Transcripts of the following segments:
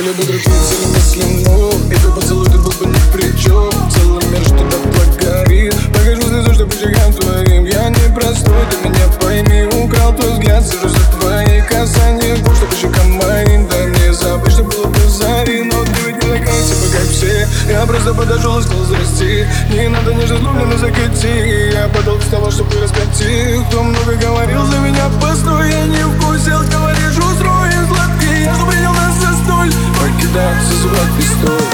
Были бы другие цели мысли, но и твой поцелуй тут был бы ни при чем. Целый мир, что так прогорит. Покажу слезу, что по щекам твоим. Я не простой, ты меня пойми. Украл твой взгляд, сижу за твои касания губ, что по щекам моим. Дай мне забыть, что было до зари. Но ты ведь не такая типа, как все. Я просто подошел и сказал здрасти. Не надо нежно злобно закати. Я подал с того, чтобы раскати. Кто много говорил за меня, постой. Я не вкусил, говоришь, устроен сладкий. Я же принял нас за столь. Покидаться, звать пистоль.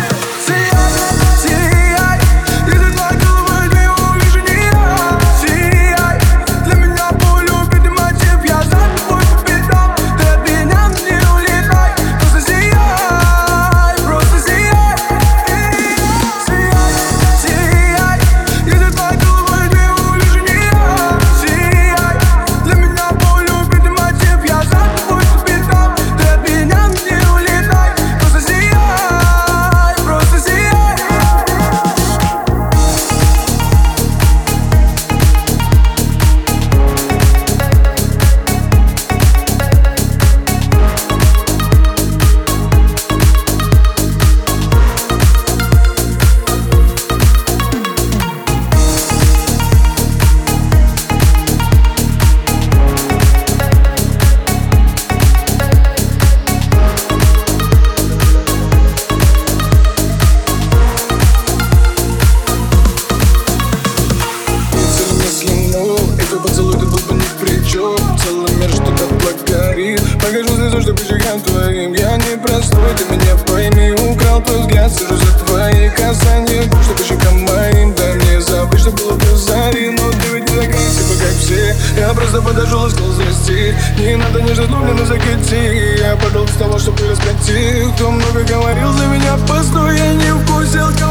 Целый мир, что так прогорит. Покажу слезу, что по щекам твоим. Я не простой, ты меня пойми. Украл твой взгляд, сижу за твои касания губ, что по щекам моим. Дай мне забыть, что было до зари. Но ты ведь не такая типа, как все. Я просто подошел и сказал здрасти. Не надо нежно злобно закати. Я подал с того, чтобы раскати. Кто много говорил за меня, постой. Я не вкусил.